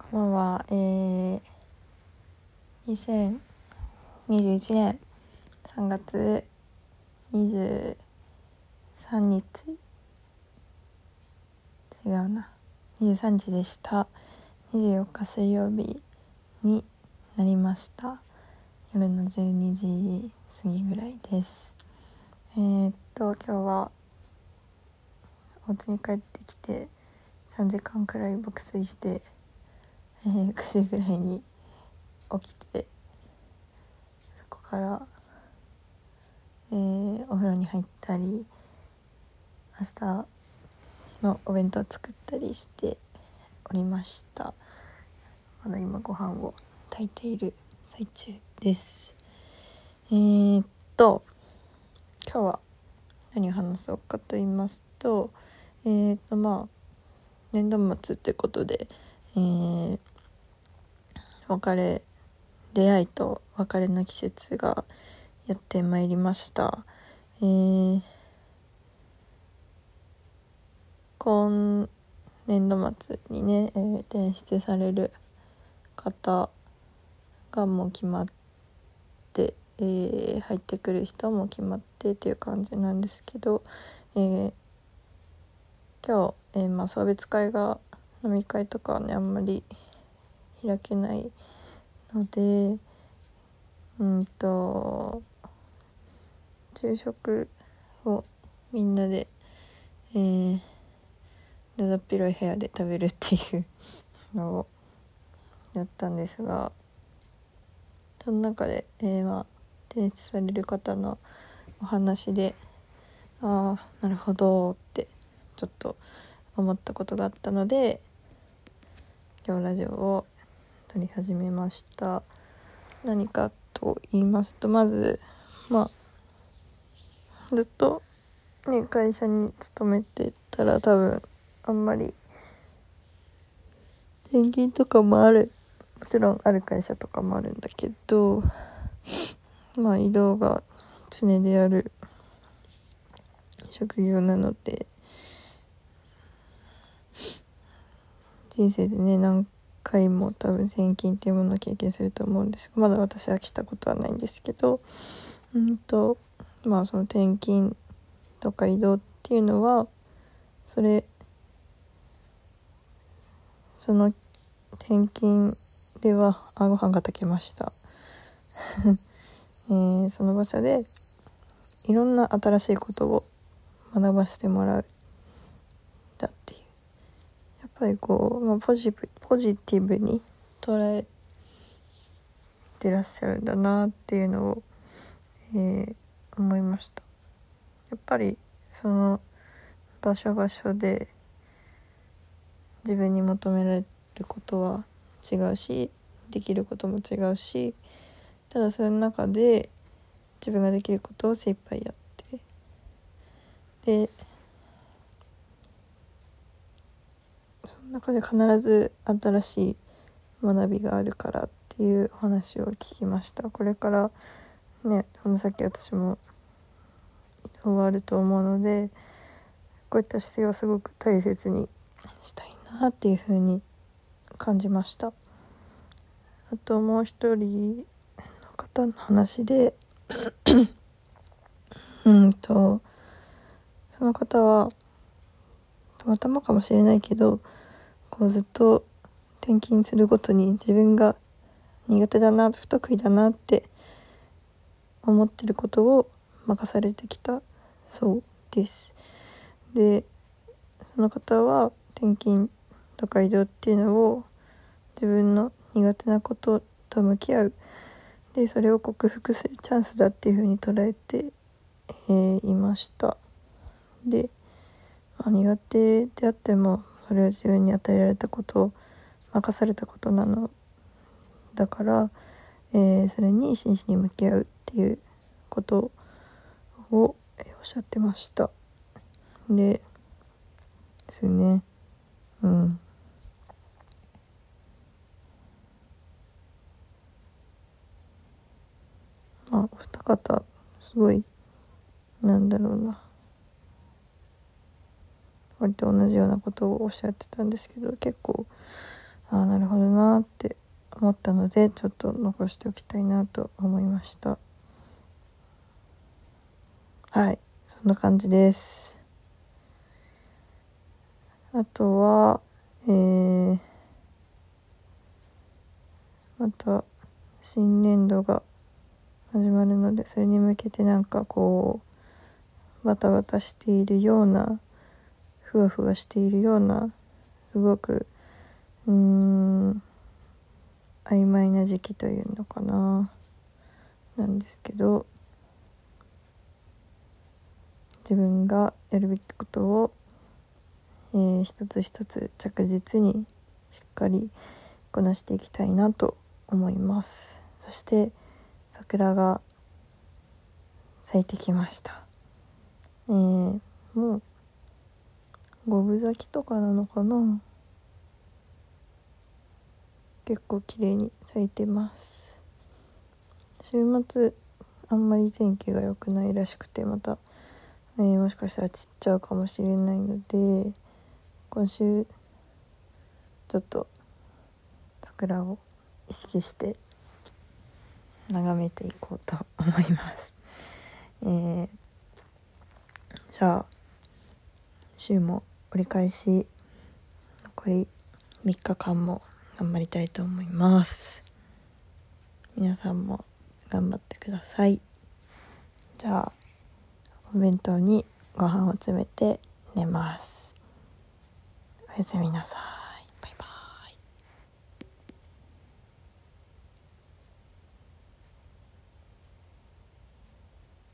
こんばんは。2021年3月23日違うな23日でした。24日水曜日になりました。夜の12時過ぎぐらいです。今日はお家に帰ってきて3時間くらい爆睡して、9時ぐらいに起きて、そこから、お風呂に入ったり、明日のお弁当作ったりしておりました。まだ今ご飯を炊いている最中です。今日は何を話そうかと言いますと、年度末ってことで、出会いと別れの季節がやってまいりました。今年度末にね、転出される方がもう決まって、入ってくる人も決まってっていう感じなんですけど、今日、送別会が飲み会とかはねあんまり開けないので、昼食をみんなで、だだっ広い部屋で食べるっていうのをやったんですが、その中で、提出される方のお話で、なるほどってちょっと思ったことがあったので、今日ラジオを撮り始めました。何かと言いますと、まずずっと、ね、会社に勤めてたら多分あんまり転勤とかももちろんある会社とかもあるんだけど、移動が常である職業なので、人生でね何回も多分転勤っていうものを経験すると思うんですが、まだ私は来たことはないんですけど、その転勤とか移動っていうのはその転勤ではご飯が炊けました、その場所でいろんな新しいことを学ばせてもらうだっていう、やっぱりポジティブに捉えてらっしゃるんだなっていうのを、思いました。やっぱりその場所で自分に求められることは違うし、できることも違うし、ただその中で自分ができることを精一杯やって、でその中で必ず新しい学びがあるからっていう話を聞きました。これからね、この先私も終わると思うので、こういった姿勢をすごく大切にしたいなっていうふうに感じました。あともう一人の方の話でその方はたまたまかもしれないけど、ずっと転勤するごとに自分が苦手だな、不得意だなって思ってることを任されてきたそうです。で、その方は転勤とか移動っていうのを自分の苦手なことと向き合う、でそれを克服するチャンスだっていうふうに捉えて、いました。で、苦手であってもそれは自分に与えられたこと任されたことなのだから、それに真摯に向き合うっていうことを、おっしゃってました。ですね。お二方すごい割と同じようなことをおっしゃってたんですけど、結構なるほどなって思ったので、ちょっと残しておきたいなと思いました。はい、そんな感じです。あとはまた新年度が始まるので、それに向けてバタバタしているような、ふわふわしているような、すごく曖昧な時期というのかな、なんですけど、自分がやるべきことを、一つ一つ着実にしっかりこなしていきたいなと思います。そして桜が咲いてきました。もう五分咲きとかなのかな、結構綺麗に咲いてます。週末あんまり天気が良くないらしくて、また、もしかしたら散っちゃうかもしれないので、今週ちょっと桜を意識して眺めていこうと思います。じゃあ週も折り返し、残り3日間も頑張りたいと思います。皆さんも頑張ってください。じゃあお弁当にご飯を詰めて寝ます。おやすみなさい。